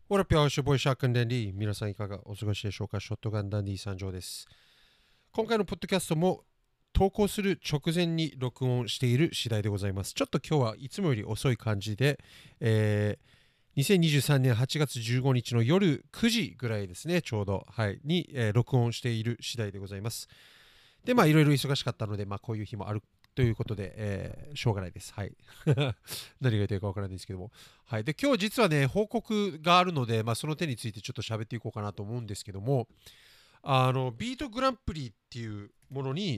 オラピョーシュボイシャークンデンディ皆さんいかがお過ごしでしょうか。ショットガンダンディ参上です。今回のポッドキャストも投稿する直前に録音している次第でございます。ちょっと今日はいつもより遅い感じで、2023年8月15日の夜9時ぐらいですね、ちょうど、はい、に、録音している次第でございます。で、いろいろ忙しかったので、こういう日もあるということで、しょうがないです。はい。何が言ってるかわからないんですけども。はい。で、今日実はね、報告があるので、その点についてちょっと喋っていこうかなと思うんですけども、ビートグランプリっていうものに、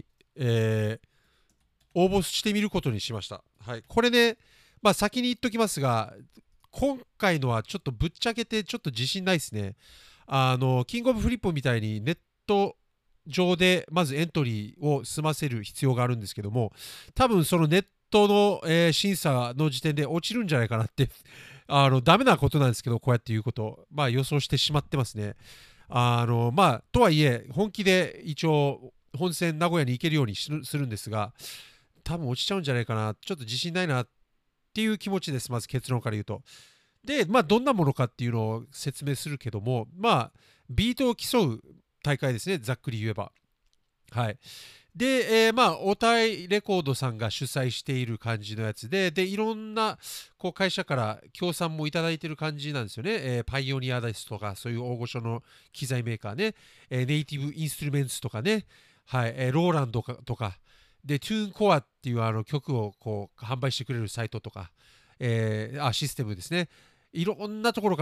応募してみることにしました。はい。これね、先に言っときますが、今回のはちょっとぶっちゃけてちょっと自信ないですね。キングオブフリップみたいにネット上でまずエントリーを済ませる必要があるんですけども、多分そのネットの、審査の時点で落ちるんじゃないかなってダメなことなんですけど、こうやって言うこと、予想してしまってますね。とはいえ、本気で一応、本戦名古屋に行けるようにするんですが、多分落ちちゃうんじゃないかな、ちょっと自信ないなっていう気持ちです、まず結論から言うと。で、どんなものかっていうのを説明するけども、ビートを競う大会ですね、ざっくり言えば。はい。で、おたいレコードさんが主催している感じのやつで、いろんなこう会社から協賛もいただいている感じなんですよね。パイオニアですとか、そういう大御所の機材メーカーね、ネイティブインストゥルメンツとかね、はい、ローランドとか、で、トゥーンコアっていう曲をこう販売してくれるサイトとか、システムですね。いろんなところから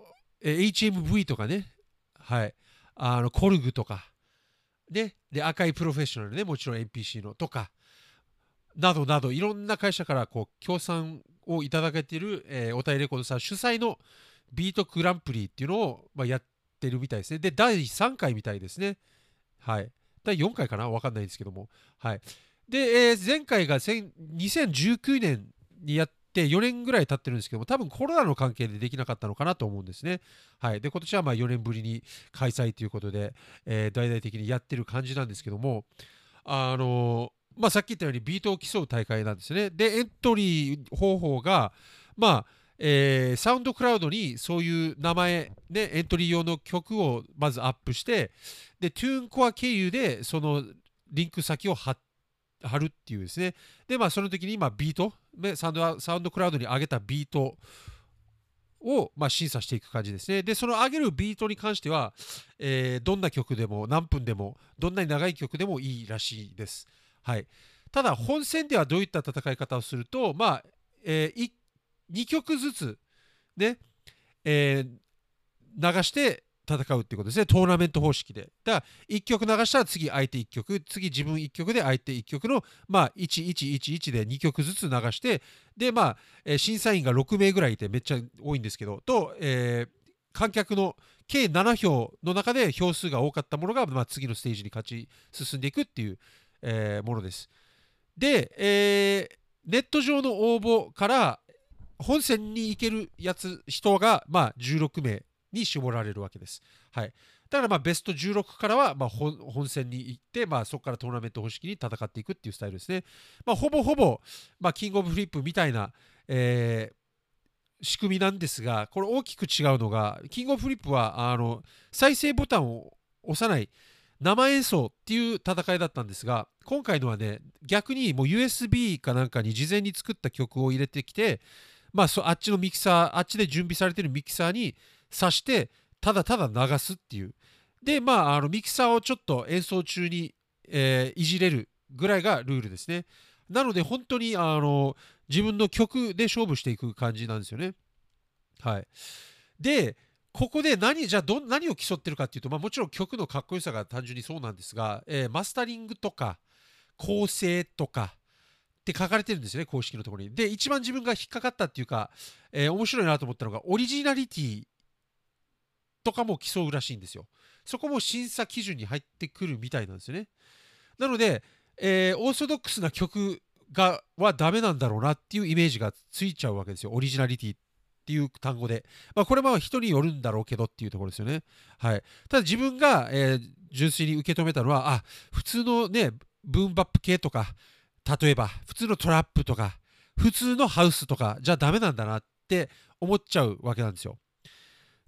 、HMV とかね、はい、コルグとか、で赤いプロフェッショナルね、もちろん NPC のとか、などなど、いろんな会社からこう協賛をいただけている、おたいレコードさん主催のビートグランプリっていうのを、やってるみたいですね。で、第3回みたいですね。はい。第4回かなわかんないですけども。はい。で、前回が2019年にやって4年ぐらい経ってるんですけども、多分コロナの関係でできなかったのかなと思うんですね。はい。で、今年は4年ぶりに開催ということで、大々的にやってる感じなんですけども、さっき言ったようにビートを競う大会なんですね。で、エントリー方法が、サウンドクラウドにそういう名前、ね、エントリー用の曲をまずアップして、で、トゥーンコア経由でそのリンク先を貼るっていうですね。で、その時にビート、サウンドクラウドに上げたビートを、審査していく感じですね。で、その上げるビートに関しては、どんな曲でも何分でも、どんなに長い曲でもいいらしいです。はい。ただ、本戦ではどういった戦い方をすると、2曲ずつ、ね、えー流して戦うっていうことですね。トーナメント方式で。だから、1曲流したら次相手1曲、次自分1曲で相手1曲の、1111で2曲ずつ流して、で、審査員が6名ぐらいいてめっちゃ多いんですけど、と、観客の計7票の中で票数が多かったものが、次のステージに勝ち進んでいくっていう、ものです。で、ネット上の応募から本戦に行ける人が、16名に絞られるわけです。はい。だからベスト16からは本戦に行って、そこからトーナメント方式に戦っていくっていうスタイルですね。ほぼほぼ、キングオブフリップみたいな、仕組みなんですが、これ大きく違うのが、キングオブフリップは再生ボタンを押さない生演奏っていう戦いだったんですが、今回のはね、逆にもう USB かなんかに事前に作った曲を入れてきて、あっちのミキサー、あっちで準備されてるミキサーに挿して、ただただ流すっていう。で、ミキサーをちょっと演奏中に、いじれるぐらいがルールですね。なので、本当に、自分の曲で勝負していく感じなんですよね。はい。で、ここで何を競ってるかっていうと、もちろん曲のかっこよさが単純にそうなんですが、マスタリングとか構成とかって書かれてるんですよね、公式のところに。で、一番自分が引っかかったっていうか、面白いなと思ったのが、オリジナリティとかも競うらしいんですよ。そこも審査基準に入ってくるみたいなんですよね。なので、オーソドックスな曲はダメなんだろうなっていうイメージがついちゃうわけですよ。オリジナリティっていう単語で。これは人によるんだろうけどっていうところですよね。はい。ただ自分が、純粋に受け止めたのは、普通のね、ブーンバップ系とか、例えば普通のトラップとか、普通のハウスとかじゃダメなんだなって思っちゃうわけなんですよ。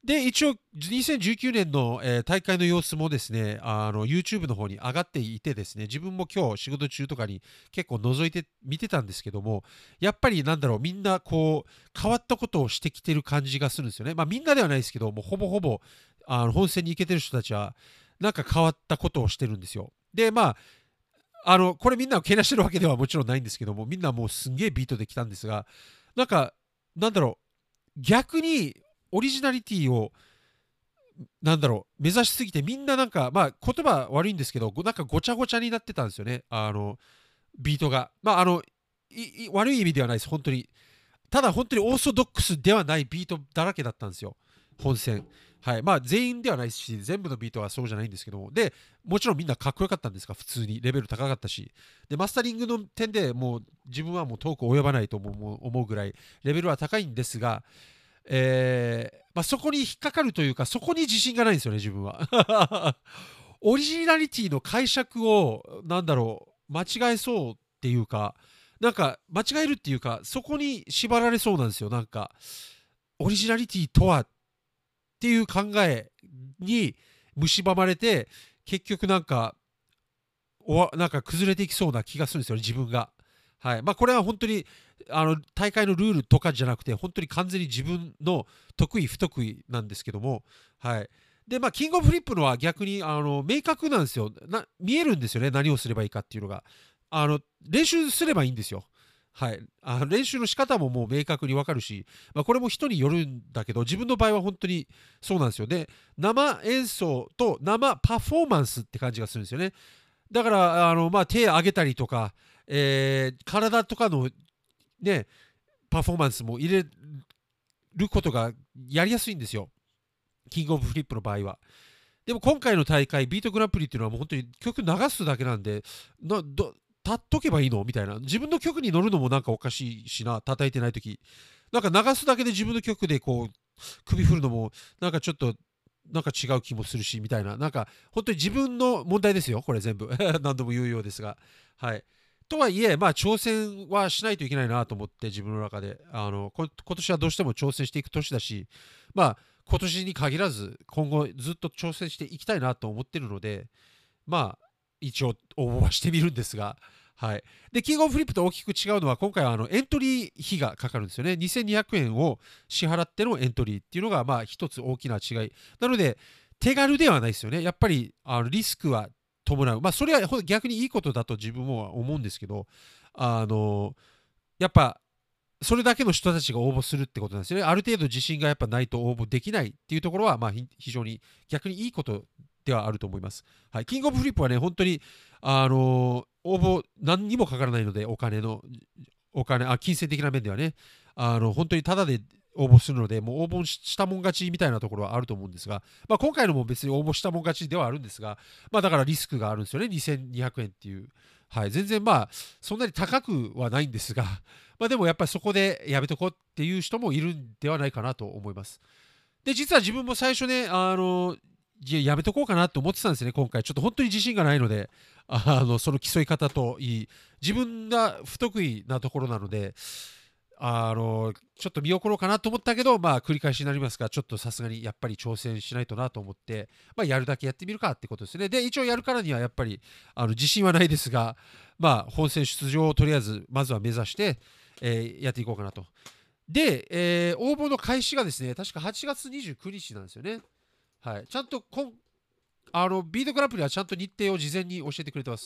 で、一応、2019年の、大会の様子もですね、YouTube の方に上がっていてですね、自分も今日仕事中とかに結構覗いて見てたんですけども、やっぱりなんだろう、みんなこう、変わったことをしてきてる感じがするんですよね。まあみんなではないですけど、もうほぼほぼ、本戦に行けてる人たちは、なんか変わったことをしてるんですよ。で、まあ、これみんなをけなしてるわけではもちろんないんですけども、みんなもうすんげえビートで来たんですが、なんか、なんだろう、逆にオリジナリティをなんだろう、目指しすぎて、みんななんか、まあ、言葉悪いんですけど、なんかごちゃごちゃになってたんですよね、ビートが。まあ、悪い意味ではないです、本当に。ただ、本当にオーソドックスではないビートだらけだったんですよ、本戦。はい。まあ、全員ではないし、全部のビートはそうじゃないんですけども、で、もちろんみんなかっこよかったんですが、普通にレベル高かったし、で、マスタリングの点でもう、自分はもう遠く及ばないと思うぐらい、レベルは高いんですが、まあ、そこに引っかかるというか、そこに自信がないんですよね、自分は。オリジナリティの解釈を、なんだろう、間違えそうっていうか、なんか、間違えるっていうか、そこに縛られそうなんですよ。なんか、オリジナリティとはっていう考えに蝕まれて、結局なんか、なんか崩れていきそうな気がするんですよね、自分が。はい。まあ、これは本当に、大会のルールとかじゃなくて、本当に完全に自分の得意不得意なんですけども、はい。で、まあ、キングオブフリップのは逆に、明確なんですよ。見えるんですよね、何をすればいいかっていうのが。練習すればいいんですよ。はい。練習の仕方ももう明確にわかるし、まあ、これも人によるんだけど、自分の場合は本当にそうなんですよ。で、生演奏と生パフォーマンスって感じがするんですよね。だから、まあ、手を上げたりとか、体とかのね、パフォーマンスも入れることがやりやすいんですよ。キングオブフリップの場合は。でも今回の大会、ビートグランプリっていうのはもう本当に曲流すだけなんで、立っとけばいいのみたいな。自分の曲に乗るのもなんかおかしいしな、叩いてないとき。なんか流すだけで自分の曲でこう、首振るのも、なんかちょっと、なんか違う気もするし、みたいな。なんか、本当に自分の問題ですよ、これ全部。何度も言うようですが。はい。とはいえ、まあ、挑戦はしないといけないなと思って、自分の中で。今年はどうしても挑戦していく年だし、まあ、今年に限らず、今後ずっと挑戦していきたいなと思ってるので、まあ、一応応募はしてみるんですが、はい。で、キングオブフリップと大きく違うのは、今回はエントリー費がかかるんですよね。2200円を支払ってのエントリーっていうのが、まあ、一つ大きな違い。なので、手軽ではないですよね。やっぱり、リスクは伴う。まあ、それは逆にいいことだと自分も思うんですけど、あの、やっぱ、それだけの人たちが応募するってことなんですよね。ある程度自信がやっぱないと応募できないっていうところは、まあ、非常に逆にいいことではあると思います。はい。キングオブフリップはね、本当に、応募何にもかからないので、金銭的な面ではね、本当にタダで応募するので、もう応募したもん勝ちみたいなところはあると思うんですが、まあ、今回のも別に応募したもん勝ちではあるんですが、まあ、だからリスクがあるんですよね、2200円っていう。はい、全然まあ、そんなに高くはないんですが、まあでもやっぱりそこでやめとこうっていう人もいるんではないかなと思います。で、実は自分も最初ね、やめとこうかなと思ってたんですね、今回。ちょっと本当に自信がないので、その競い方といい、自分が不得意なところなので、ちょっと見送ろうかなと思ったけど、まあ、繰り返しになりますが、ちょっとさすがにやっぱり挑戦しないとなと思って、まあ、やるだけやってみるかってことですね。で、一応やるからにはやっぱり、自信はないですが、まあ、本戦出場をとりあえず、まずは目指して、やっていこうかなと。で、応募の開始がですね、確か8月29日なんですよね。はい。ちゃんとビートグランプリはちゃんと日程を事前に教えてくれてます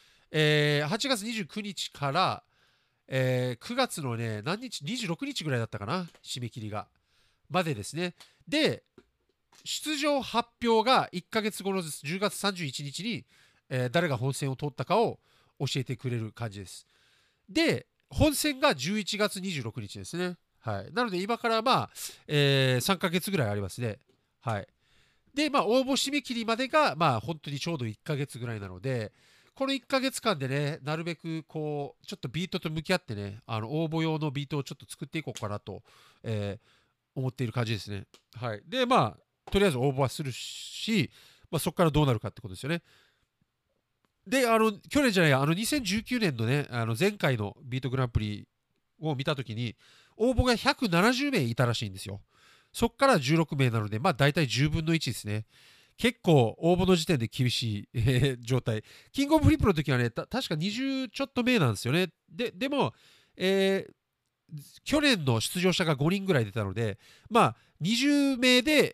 。8月29日から、9月のね、何日、26日ぐらいだったかな、締め切りが。までですね。で、出場発表が1ヶ月後の10月31日に、誰が本戦を取ったかを教えてくれる感じです。で、本戦が11月26日ですね。はい。なので今からまあ、3ヶ月ぐらいありますね。はい。で、まあ、応募締め切りまでが、まあ、本当にちょうど1ヶ月ぐらいなので、この1ヶ月間でね、なるべくこう、ちょっとビートと向き合ってね、応募用のビートをちょっと作っていこうかなと、思っている感じですね。はい。で、まあ、とりあえず応募はするし、まあ、そこからどうなるかってことですよね。で、去年じゃない、2019年のね、前回のビートグランプリを見たときに、応募が170名いたらしいんですよ。 そこから16名なので、まあ大体10分の1ですね。結構応募の時点で厳しい、状態。キングオブフリップの時はね、確か20ちょっと名なんですよね。でも、えー去年の出場者が5人ぐらい出たので、まあ、20名で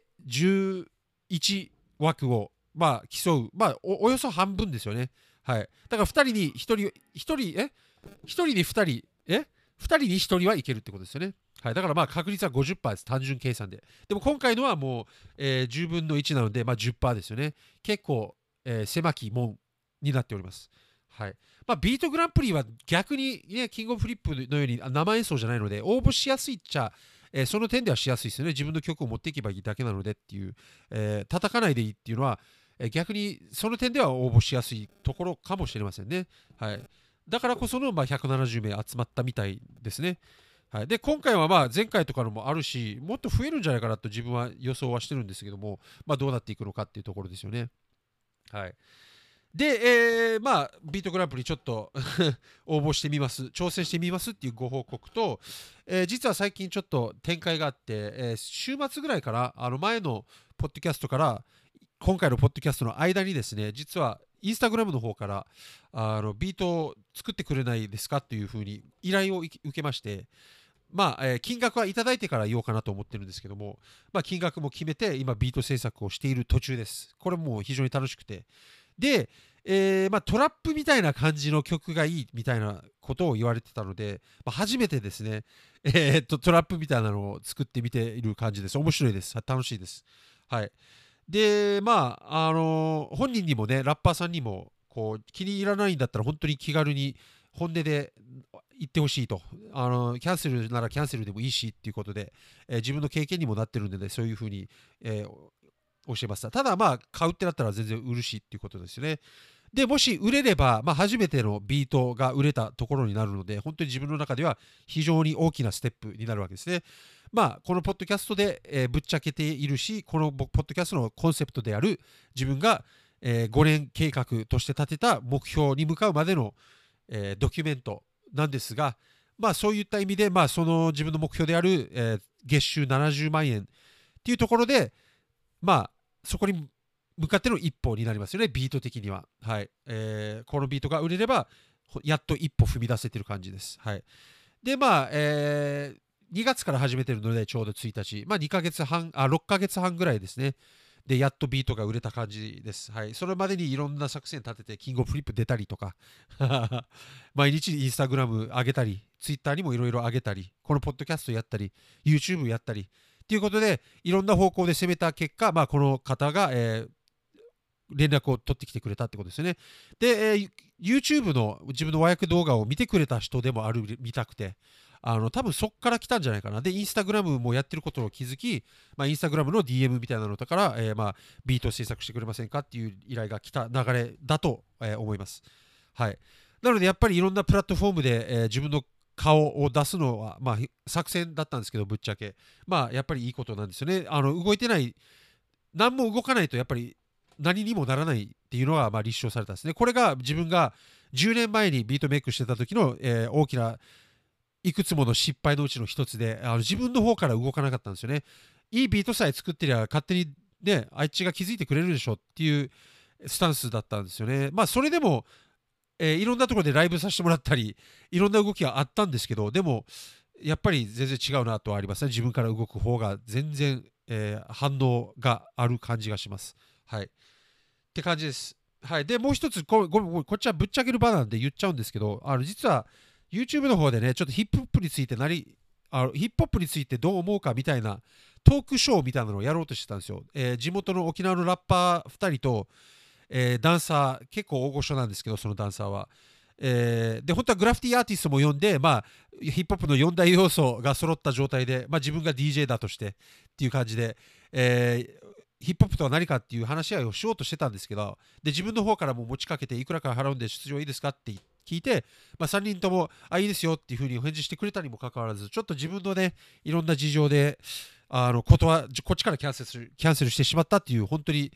11枠を、まあ、競う、まあおよそ半分ですよね。はい。だから2人に1人に2人、2人に1人はいけるってことですよね。はい。だからまあ確率は50%です。単純計算で。でも今回のはもう、10分の1なので、まあ10%ですよね。結構、狭き門になっております。はい。まあ、ビートグランプリは逆に、ね、キングオブフリップのように生演奏じゃないので、応募しやすいっちゃ、その点ではしやすいですよね。自分の曲を持っていけばいいだけなのでっていう、叩かないでいいっていうのは、逆にその点では応募しやすいところかもしれませんね。はい。だからこその、まあ、170名集まったみたいですね。はい、で今回はまあ前回とかのもあるし、もっと増えるんじゃないかなと自分は予想はしてるんですけども、まあ、どうなっていくのかっていうところですよね。はい。で、まあ、ビートグランプリちょっと応募してみます、挑戦してみますっていうご報告と、実は最近ちょっと展開があって、週末ぐらいから前のポッドキャストから今回のポッドキャストの間にですね、実はインスタグラムの方からビートを作ってくれないですかっていうふうに依頼を受けまして、まあ金額はいただいてから言おうかなと思ってるんですけども、まあ、金額も決めて今ビート制作をしている途中です。これも非常に楽しくて、で、まあ、トラップみたいな感じの曲がいいみたいなことを言われてたので、まあ、初めてですね、トラップみたいなのを作ってみている感じです。面白いです。楽しいです。はい。で、まあ、本人にもね、ラッパーさんにも、こう、気に入らないんだったら本当に気軽に本音で言ってほしいと。キャンセルならキャンセルでもいいしっていうことで、自分の経験にもなってるんでね、そういうふうに、教えました。ただまあ買うってなったら全然売るしっていうことですよね。でもし売れれば、まあ、初めてのビートが売れたところになるので、本当に自分の中では非常に大きなステップになるわけですね。まあこのポッドキャストで、ぶっちゃけているし、このポッドキャストのコンセプトである自分が、5年計画として立てた目標に向かうまでの、ドキュメントなんですが、まあそういった意味で、まあその自分の目標である、月収70万円っていうところで、まあそこに向かっての一歩になりますよね、ビート的には。はい。このビートが売れれば、やっと一歩踏み出せてる感じです。はい。で、まあ、2月から始めてるので、ちょうど1日、まあ、2ヶ月半、6ヶ月半ぐらいですね。で、やっとビートが売れた感じです。はい。それまでにいろんな作戦立てて、キングオブフリップ出たりとか、毎日インスタグラム上げたり、ツイッターにもいろいろ上げたり、このポッドキャストやったり、YouTube やったり、っていうことで、いろんな方向で攻めた結果、まあ、この方が、連絡を取ってきてくれたってことですよね。で、YouTube の自分の和訳動画を見てくれた人でもあるみたくて、多分そっから来たんじゃないかな。で、インスタグラムもやってることを気づき、まあ、インスタグラムの DM みたいなのだから、まあ、ビートを制作してくれませんかっていう依頼が来た流れだと、思います。はい。なので、やっぱりいろんなプラットフォームで、自分の顔を出すのは、まあ、作戦だったんですけど、ぶっちゃけ。まあ、やっぱりいいことなんですよね。動いてない、何も動かないと、やっぱり何にもならないっていうのがまあ立証されたんですね。これが自分が10年前にビートメイクしてた時の、大きないくつもの失敗のうちの一つで、自分の方から動かなかったんですよね。いいビートさえ作ってりゃ勝手にね、あいつが気づいてくれるでしょっていうスタンスだったんですよね。まあそれでも、いろんなところでライブさせてもらったり、いろんな動きがあったんですけど、でもやっぱり全然違うなとはありますね。自分から動く方が全然、反応がある感じがします。はい。って感じです。はい。で、もう一つ、こっちはぶっちゃける場なんで言っちゃうんですけど、実は YouTube の方でね、ちょっとヒップホップについてヒップホップについてどう思うかみたいなトークショーみたいなのをやろうとしてたんですよ。地元の沖縄のラッパー2人と、ダンサー、結構大御所なんですけど、そのダンサーは。で、本当はグラフィティアーティストも呼んで、まあ、ヒップホップの4大要素が揃った状態で、まあ、自分が DJ だとしてっていう感じで、ヒップホップとは何かっていう話し合いをしようとしてたんですけど、で自分の方からも持ちかけて、いくらか払うんで出場いいですかって聞いて、まあ、3人とも、いいですよっていうふうにお返事してくれたにもかかわらず、ちょっと自分のね、いろんな事情で、こっちからキャンセルしてしまったっていう、本当に、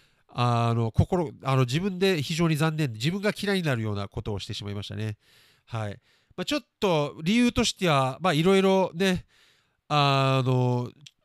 自分で非常に残念、自分が嫌いになるようなことをしてしまいましたね。はい。まあ、ちょっと理由としては、まあ、いろいろね、あの、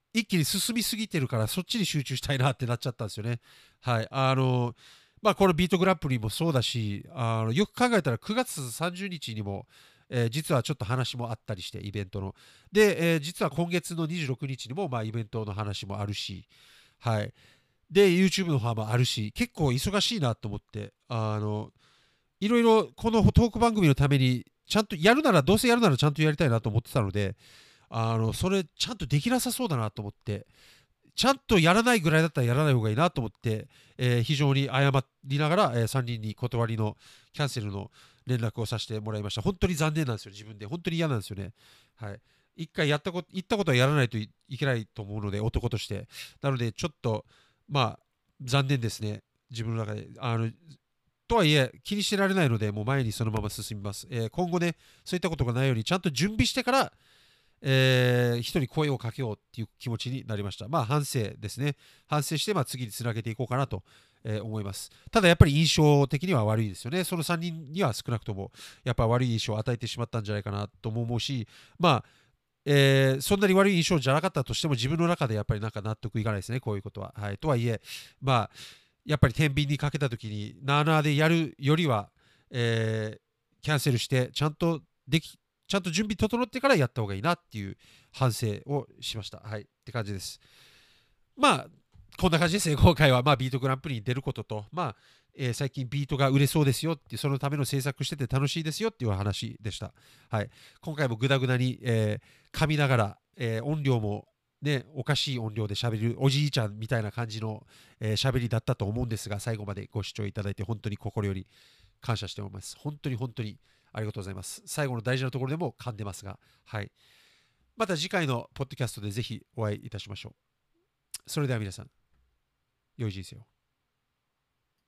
一気に進みすぎてるからそっちに集中したいなってなっちゃったんですよね。はい。まあ、このビートグランプリもそうだし、よく考えたら9月30日にも、実はちょっと話もあったりして、イベントの。で、実は今月の26日にも、まあ、イベントの話もあるし、はい。で、YouTube の方もあるし、結構忙しいなと思って、いろいろこのトーク番組のために、ちゃんとやるなら、どうせやるならちゃんとやりたいなと思ってたので、それちゃんとできなさそうだなと思って、ちゃんとやらないぐらいだったらやらない方がいいなと思って、非常に謝りながら、3人に断りのキャンセルの連絡をさせてもらいました。本当に残念なんですよ、自分で。本当に嫌なんですよね。はい。一回言ったことはやらないといけないと思うので、男として。なので、ちょっと、まあ、残念ですね。自分の中で。とはいえ、気にしてられないので、もう前にそのまま進みます。今後ね、そういったことがないように、ちゃんと準備してから、人に声をかけようっていう気持ちになりました。まあ反省ですね。反省して、まあ、次につなげていこうかなと、思います。ただやっぱり印象的には悪いですよね。その3人には少なくともやっぱ悪い印象を与えてしまったんじゃないかなとも思うし、まあ、そんなに悪い印象じゃなかったとしても自分の中でやっぱりなんか納得いかないですね、こういうことは。はい、とはいえ、まあ、やっぱり天秤にかけた時になあなあでやるよりは、キャンセルしてちゃんと準備整ってからやった方がいいなっていう反省をしました。はい。って感じです。まあ、こんな感じですね。今回は、まあ、ビートグランプリに出ることと、まあ、最近ビートが売れそうですよっていう、そのための制作してて楽しいですよっていう話でした。はい。今回もグダグダに、噛みながら、音量もね、おかしい音量で喋るおじいちゃんみたいな感じの喋りだったと思うんですが、最後までご視聴いただいて本当に心より感謝しております。本当に本当にありがとうございます。最後の大事なところでも噛んでますが、はい。また次回のポッドキャストでぜひお会いいたしましょう。それでは皆さん、良い人生を。